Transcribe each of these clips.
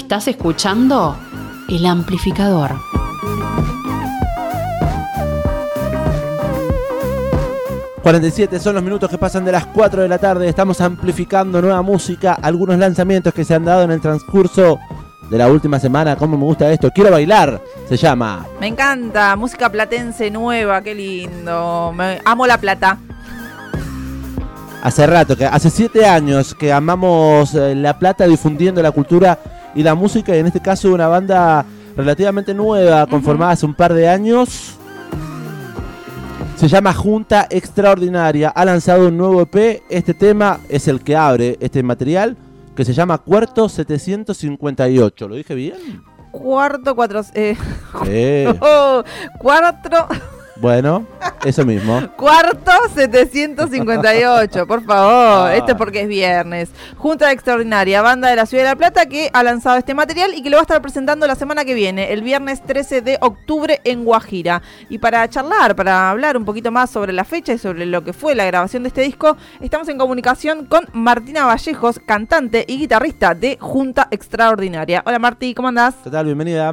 Estás escuchando El Amplificador. ...47 son los minutos que pasan de las 4 de la tarde... ...estamos amplificando nueva música... ...algunos lanzamientos que se han dado en el transcurso... ...de la última semana. ¿Cómo me gusta esto? Quiero bailar, se llama. Me encanta, música platense nueva, qué lindo. Amo La Plata. Hace rato, hace 7 años... ...que amamos La Plata, difundiendo la cultura y la música... ...y en este caso una banda relativamente nueva... ...conformada hace un par de años... Se llama Junta Extraordinaria. Ha lanzado un nuevo EP. Este tema es el que abre este material, que se llama Cuarto 758. ¿Lo dije bien? Cuarto. Bueno, eso mismo. Cuarto 758, por favor. Esto es porque es viernes. Junta Extraordinaria, banda de la Ciudad de La Plata, que ha lanzado este material y que lo va a estar presentando la semana que viene, el viernes 13 de octubre en Guajira. Y para charlar, para hablar un poquito más sobre la fecha y sobre lo que fue la grabación de este disco, estamos en comunicación con Martina Vallejos, cantante y guitarrista de Junta Extraordinaria. Hola Martí, ¿cómo andás? ¿Qué tal? Bienvenida.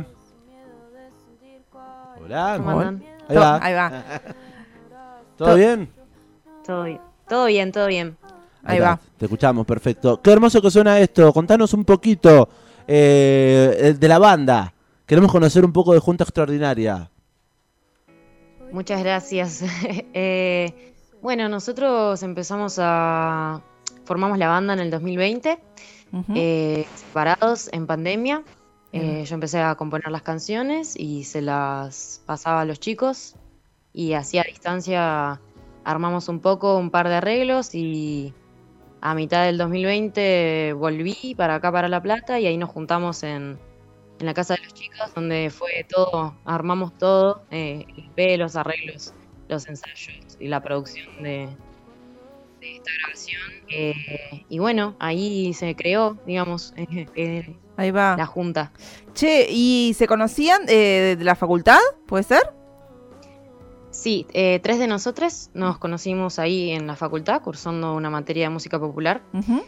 Hola. ¿Cómo andan? Ahí va. ¿Todo bien? Todo bien. Ahí va. Te escuchamos, perfecto. Qué hermoso que suena esto. Contanos un poquito de la banda. Queremos conocer un poco de Junta Extraordinaria. Muchas gracias. Bueno, nosotros formamos la banda en el 2020, separados en pandemia. Yo empecé a componer las canciones y se las pasaba a los chicos y así a distancia armamos un par de arreglos y a mitad del 2020 volví para acá, para La Plata, y ahí nos juntamos en la casa de los chicos, donde fue todo, armamos todo, el EP, los arreglos, los ensayos y la producción de esta grabación. Y bueno, ahí se creó, digamos, ahí va. La junta. Che, ¿y se conocían de la facultad? ¿Puede ser? Sí, 3 de nosotros nos conocimos ahí en la facultad, cursando una materia de música popular.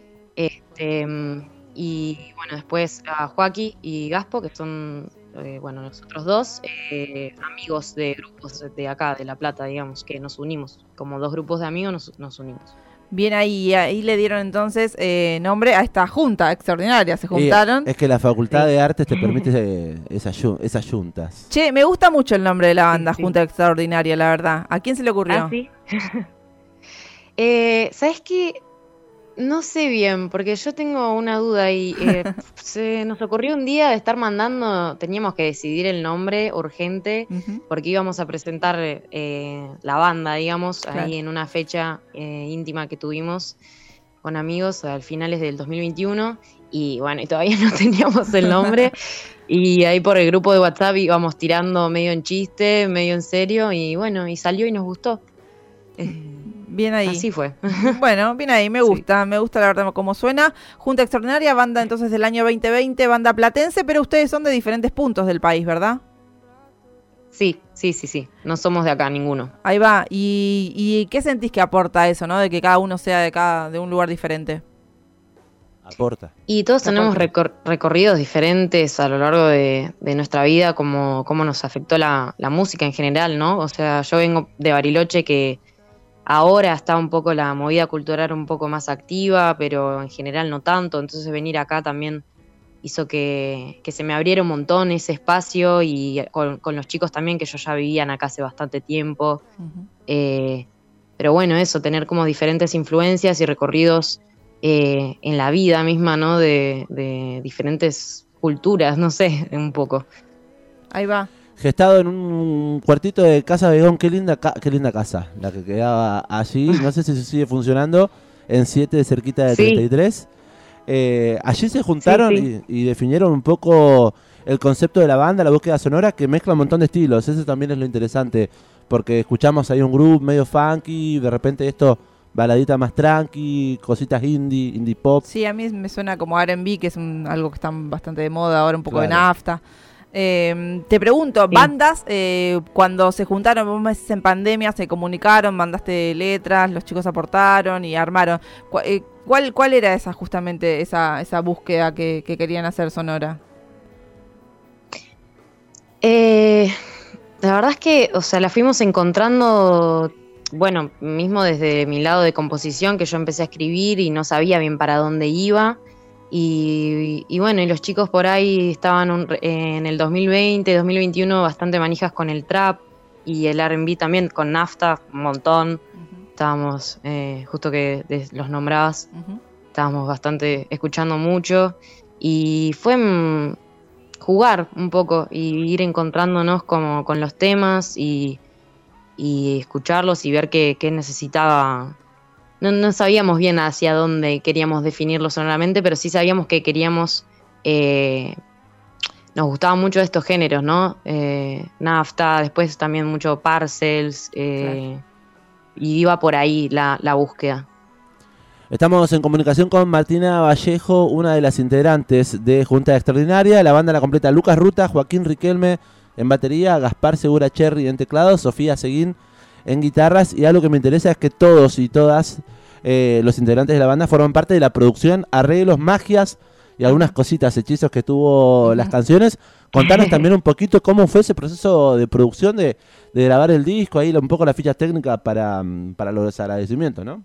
Y bueno, después a Joaquín y Gaspo, que son, nosotros dos, amigos de grupos de acá, de La Plata, digamos, que nos unimos. Como 2 grupos de amigos nos unimos. Bien, ahí le dieron entonces nombre a esta junta extraordinaria, se juntaron. Es que la Facultad de Artes te permite esas juntas. Che, me gusta mucho el nombre de la banda, sí. Junta Extraordinaria, la verdad. ¿A quién se le ocurrió? ¿Ah, sí? ¿Sabes qué? No sé bien, porque yo tengo una duda y se nos ocurrió un día de estar teníamos que decidir el nombre urgente, porque íbamos a presentar la banda, digamos, claro, ahí en una fecha íntima que tuvimos con amigos al finales del 2021, y bueno, y todavía no teníamos el nombre, y ahí por el grupo de WhatsApp íbamos tirando medio en chiste, medio en serio, y bueno, y salió y nos gustó. Bien ahí. Así fue. Bueno, bien ahí, me gusta la verdad cómo suena. Junta Extraordinaria, banda entonces del año 2020, banda platense, pero ustedes son de diferentes puntos del país, ¿verdad? Sí. No somos de acá ninguno. Ahí va. ¿Y qué sentís que aporta eso, no? De que cada uno sea de un lugar diferente. Aporta. Y todos tenemos recorridos diferentes a lo largo de nuestra vida, como nos afectó la música en general, ¿no? O sea, yo vengo de Bariloche, que ahora está un poco la movida cultural un poco más activa, pero en general no tanto. Entonces venir acá también hizo que se me abriera un montón ese espacio, y con los chicos también, que yo ya vivían acá hace bastante tiempo. Pero bueno, eso, tener como diferentes influencias y recorridos en la vida misma, ¿no? De diferentes culturas, no sé, un poco. Ahí va. Gestado en un cuartito de Casa Begón, qué linda casa, la que quedaba allí, no sé si se sigue funcionando, en 7, cerquita de 33. Allí se juntaron y definieron un poco el concepto de la banda, la búsqueda sonora, que mezcla un montón de estilos. Eso también es lo interesante, porque escuchamos ahí un groove medio funky, de repente esto, baladita más tranqui, cositas indie pop. Sí, a mí me suena como R&B, que es algo que está bastante de moda ahora, un poco de nafta. Te pregunto, bandas, cuando se juntaron unos meses en pandemia, se comunicaron, mandaste letras, los chicos aportaron y armaron. ¿Cuál era justamente esa búsqueda que querían hacer sonora? La verdad es que, o sea, la fuimos encontrando, bueno, mismo desde mi lado de composición, que yo empecé a escribir y no sabía bien para dónde iba. Y bueno, y los chicos por ahí estaban en el 2020, 2021 bastante manijas con el trap y el R&B también, con Nafta, un montón. Uh-huh. Estábamos, justo que los nombrabas, uh-huh. Estábamos bastante escuchando mucho y fue jugar un poco y ir encontrándonos como con los temas y escucharlos y ver qué necesitaba. No sabíamos bien hacia dónde queríamos definirlo sonoramente, pero sí sabíamos que queríamos, nos gustaban mucho estos géneros, ¿no? Nafta, después también mucho Parcels, claro. Y iba por ahí la búsqueda. Estamos en comunicación con Martina Vallejo, una de las integrantes de Junta Extraordinaria. La banda la completa Lucas Ruta, Joaquín Riquelme en batería, Gaspar Segura Cherry en teclados, Sofía Seguín en guitarras. Y algo que me interesa es que todos y todas los integrantes de la banda forman parte de la producción, arreglos, magias y algunas cositas, hechizos que tuvo las canciones. Contanos también un poquito cómo fue ese proceso de producción de grabar el disco, ahí un poco las fichas técnicas para los agradecimientos, ¿no?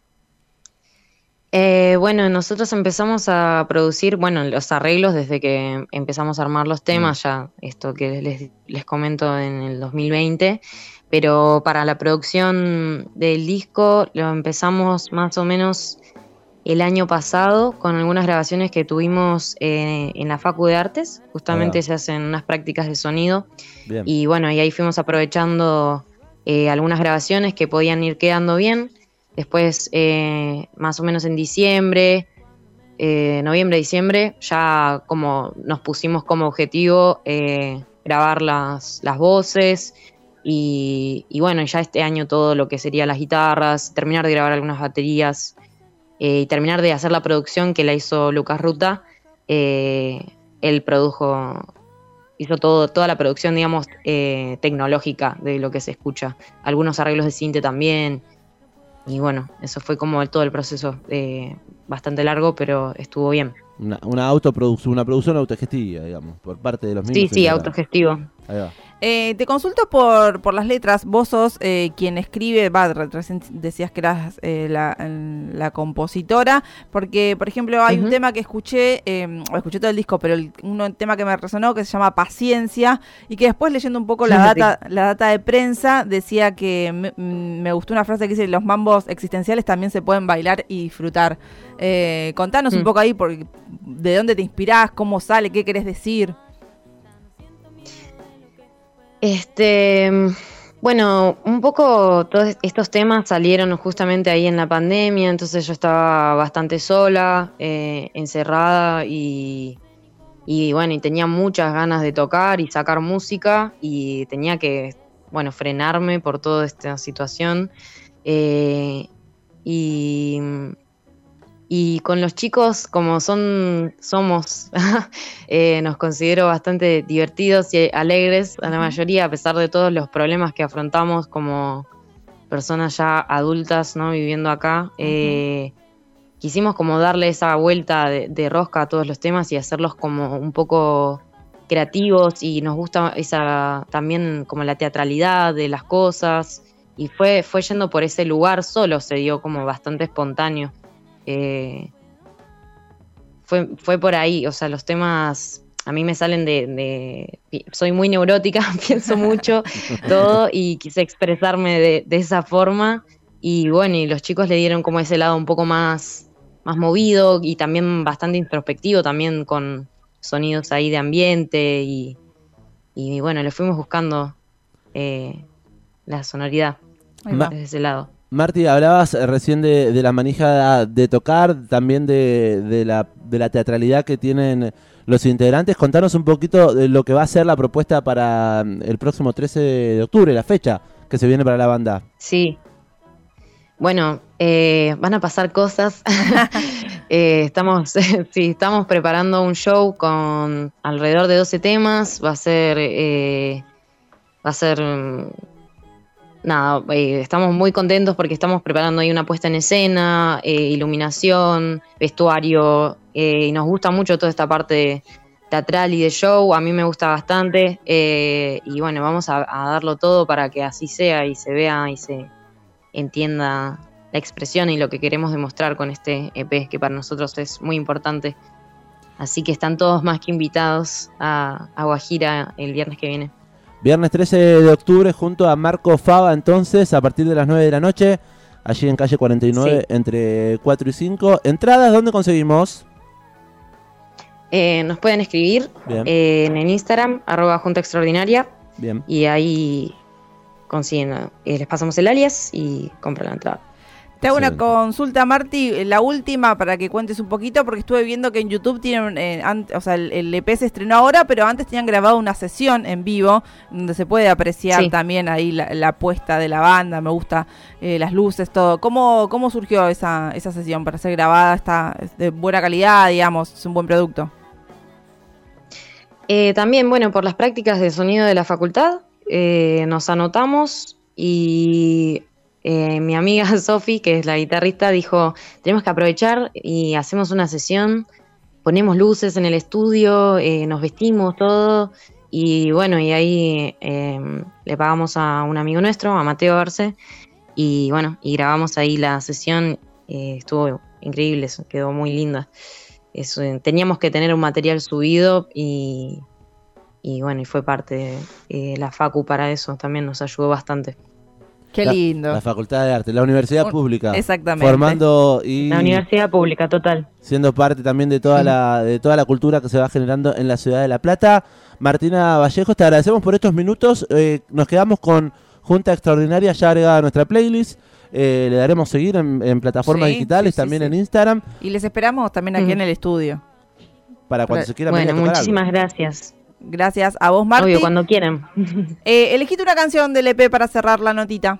Bueno, nosotros empezamos a producir, los arreglos desde que empezamos a armar los temas, ya esto que les comento en el 2020, pero para la producción del disco lo empezamos más o menos el año pasado con algunas grabaciones que tuvimos en la Facu de Artes, justamente se hacen unas prácticas de sonido. Bien. Y bueno, y ahí fuimos aprovechando algunas grabaciones que podían ir quedando bien. Después, más o menos en diciembre, noviembre, diciembre, ya como nos pusimos como objetivo grabar las voces y bueno, ya este año todo lo que sería las guitarras, terminar de grabar algunas baterías y terminar de hacer la producción que la hizo Lucas Ruta. Él hizo toda la producción, digamos, tecnológica de lo que se escucha. Algunos arreglos de sinte también. Y bueno, eso fue como todo el proceso, bastante largo, pero estuvo bien. Una producción autogestiva, digamos, por parte de los mismos. Sí, autogestivo. Ahí va. Te consulto por las letras. Vos sos quien escribe, recién decías que eras la compositora, porque, por ejemplo, hay un tema que escuché todo el disco, pero un tema que me resonó que se llama Paciencia, y que después leyendo un poco la data de prensa decía que me gustó una frase que dice: los mambos existenciales también se pueden bailar y disfrutar. Contanos un poco ahí de dónde te inspirás, cómo sale, qué querés decir. Bueno, un poco todos estos temas salieron justamente ahí en la pandemia, entonces yo estaba bastante sola, encerrada y bueno, y tenía muchas ganas de tocar y sacar música y tenía que, frenarme por toda esta situación. Y con los chicos, como somos, nos considero bastante divertidos y alegres a la mayoría, a pesar de todos los problemas que afrontamos como personas ya adultas, ¿no? Viviendo acá. Quisimos como darle esa vuelta de rosca a todos los temas y hacerlos como un poco creativos, y nos gusta también como la teatralidad de las cosas, y fue yendo por ese lugar solo, se dio como bastante espontáneo. Fue por ahí, o sea, los temas a mí me salen soy muy neurótica, pienso mucho todo y quise expresarme de esa forma, y bueno, y los chicos le dieron como ese lado un poco más movido y también bastante introspectivo, también con sonidos ahí de ambiente y bueno, le fuimos buscando la sonoridad desde ese lado. Marti, hablabas recién de la manija de tocar, también de la teatralidad que tienen los integrantes. Contanos un poquito de lo que va a ser la propuesta para el próximo 13 de octubre, la fecha que se viene para la banda. Sí. Bueno, van a pasar cosas. Estamos preparando un show con alrededor de 12 temas. Va a ser estamos muy contentos porque estamos preparando ahí una puesta en escena, iluminación, vestuario, y nos gusta mucho toda esta parte teatral y de show, a mí me gusta bastante, y bueno, vamos a darlo todo para que así sea y se vea y se entienda la expresión y lo que queremos demostrar con este EP, que para nosotros es muy importante. Así que están todos más que invitados a Guajira el viernes que viene. Viernes 13 de octubre junto a Marco Fava, entonces, a partir de las 9 de la noche, allí en calle 49, sí, entre 4 y 5. ¿Entradas dónde conseguimos? Nos pueden escribir en el Instagram, @juntaextraordinaria. Bien. Y ahí consiguen, les pasamos el alias y compran la entrada. Te hago una consulta, Marti, la última para que cuentes un poquito, porque estuve viendo que en YouTube tienen, el EP se estrenó ahora, pero antes tenían grabado una sesión en vivo, donde se puede apreciar también ahí la puesta de la banda, me gusta las luces, todo. ¿Cómo surgió esa sesión para ser grabada? Está de buena calidad, digamos, es un buen producto. También, bueno, por las prácticas de sonido de la facultad, nos anotamos y... mi amiga Sofi, que es la guitarrista, dijo, tenemos que aprovechar y hacemos una sesión, ponemos luces en el estudio, nos vestimos todo, y bueno, y ahí le pagamos a un amigo nuestro, a Mateo Arce, y bueno, y grabamos ahí la sesión, estuvo increíble, quedó muy linda. Teníamos que tener un material subido y bueno, y fue parte de la Facu para eso, también nos ayudó bastante. Qué lindo. La Facultad de Arte, la Universidad Pública. Exactamente. Formando y... La Universidad Pública, total. Siendo parte también de toda la cultura que se va generando en la ciudad de La Plata. Martina Vallejos, te agradecemos por estos minutos. Nos quedamos con Junta Extraordinaria ya agregada a nuestra playlist. Le daremos seguir en plataformas digitales, también en Instagram. Y les esperamos también aquí en el estudio. Para cuando se quieran venir a tocar muchísimas algo. Gracias. Gracias a vos, Marti. Obvio, cuando quieran. Elegiste una canción del EP para cerrar la notita.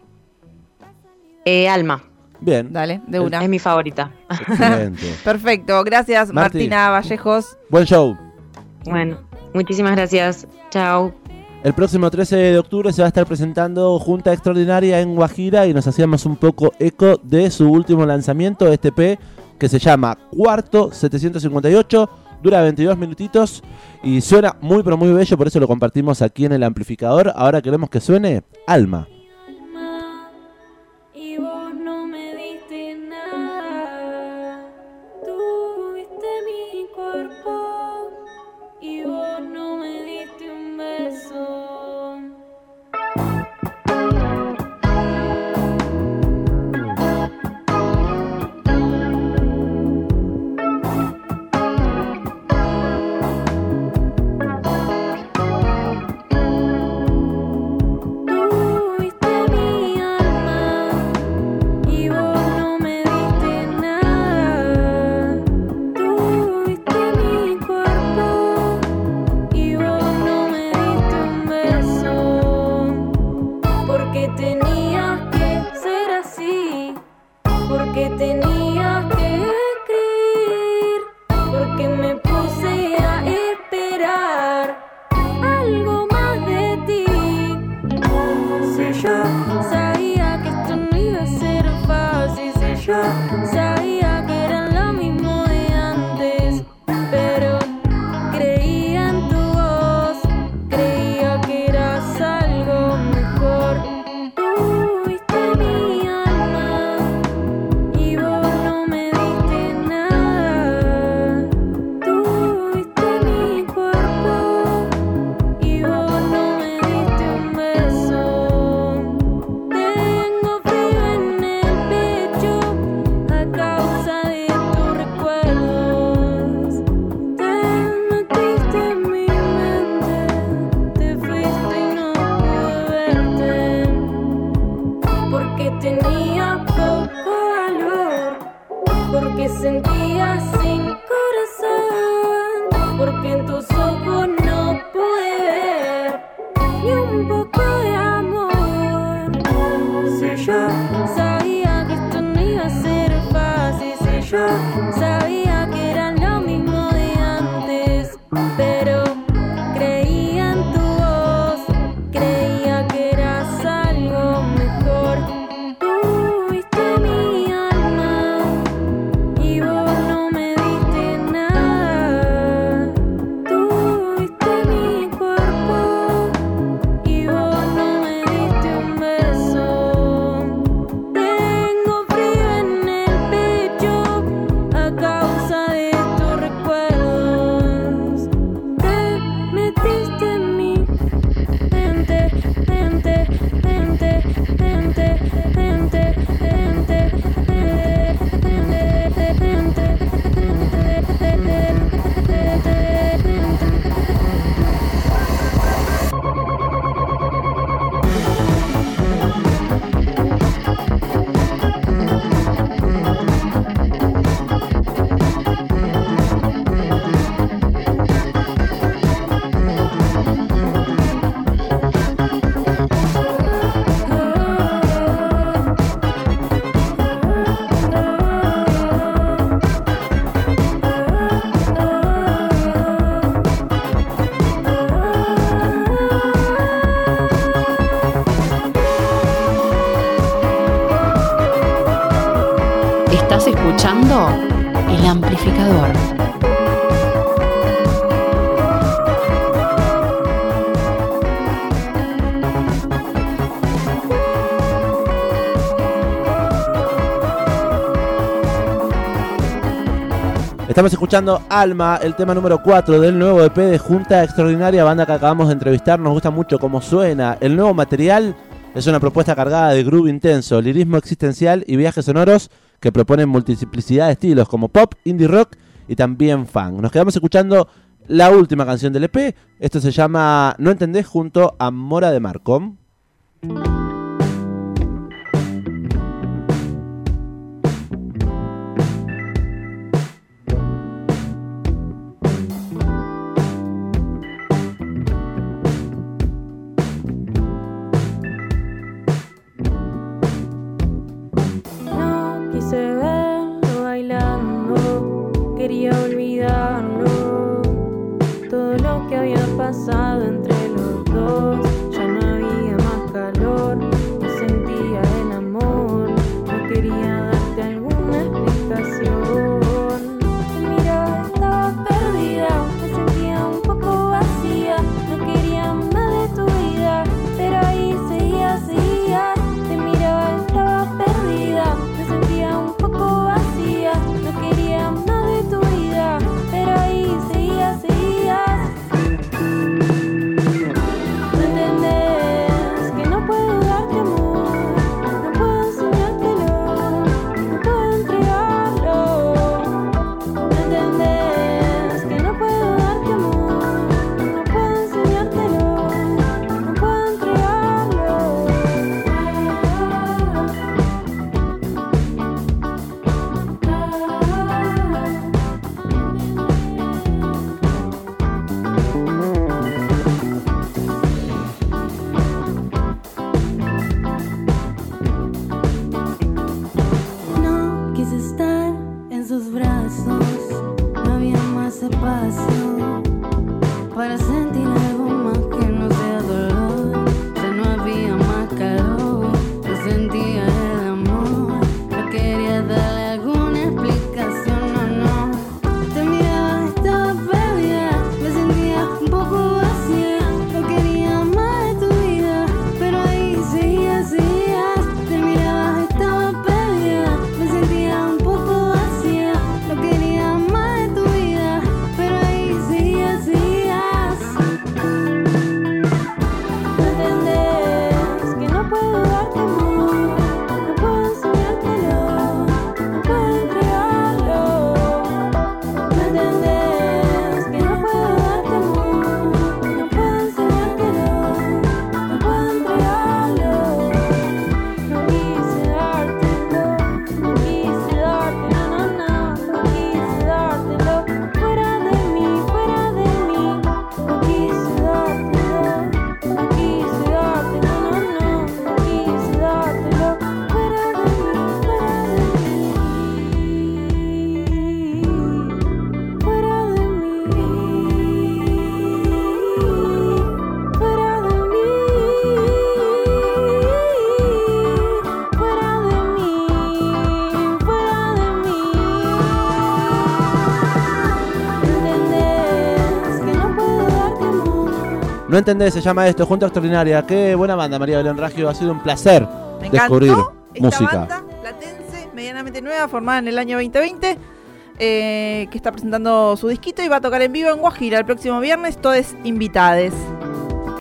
Alma. Bien. Dale, de una. Es mi favorita. Excelente. Perfecto, gracias Martina Vallejos. Buen show. Bueno, muchísimas gracias. Chao. El próximo 13 de octubre se va a estar presentando Junta Extraordinaria en Guajira y nos hacíamos un poco eco de su último lanzamiento, este EP que se llama Cuarto 758. Dura 22 minutitos y suena muy pero muy bello, por eso lo compartimos aquí en el amplificador. Ahora queremos que suene Alma. Y vos no me diste nada, tuviste mi cuerpo y vos no me diste un beso. Tuviste escuchando El Amplificador. Estamos escuchando Alma, el tema número 4 del nuevo EP de Junta Extraordinaria, banda que acabamos de entrevistar. Nos gusta mucho cómo suena. El nuevo material es una propuesta cargada de groove intenso, lirismo existencial y viajes sonoros que proponen multiplicidad de estilos como pop, indie rock y también funk. Nos quedamos escuchando la última canción del EP. Esto se llama No Entendés, junto a Mora de Marco. Quería olvidarlo, todo lo que había pasado entre los dos. Ya no había más calor, no sentía el amor, no quería darte alguna explicación. Te miraba, estaba perdida, me sentía un poco vacía, no quería más de tu vida, pero ahí seguías. Te miraba, estaba perdida, me sentía un poco vacía, no quería más de tu vida, pero ahí seguías. No entendés que no puedo darte amor, no puedo enseñártelo, no puedo entregarlo. No entendés que no puedo darte amor, no puedo enseñártelo, no puedo entregarlo. No quise estar en sus brazos, no había más espacio para sentir algo más que no sea dolor. Ya no había más calor, no sentía el amor, no quería darle alguna explicación, no. Te miraba, estaba perdida, me sentía un poco vacía, no quería más de tu vida, pero ahí seguías. Te miraba, estaba perdida, me sentía un poco vacía, no quería más de tu vida, pero ahí seguías. No entendés que no puedo darte amor, no puedo enseñártelo, no puedo entregarlo. No entendés que no puedo darte amor, no puedo enseñártelo, no puedo entregarlo. No quise dártelo, no quise dártelo, no quise dártelo. Fuera de mí, no quise dártelo, no quise dártelo, no quise dártelo. Fuera de mí, fuera de mí, fuera de No Entendés, se llama esto, Junta Extraordinaria. Qué buena banda, María Belén Raggio. Ha sido un placer descubrir esta música. banda platense, medianamente nueva, formada en el año 2020, que está presentando su disquito y va a tocar en vivo en Guajira el próximo viernes. Todos invitades.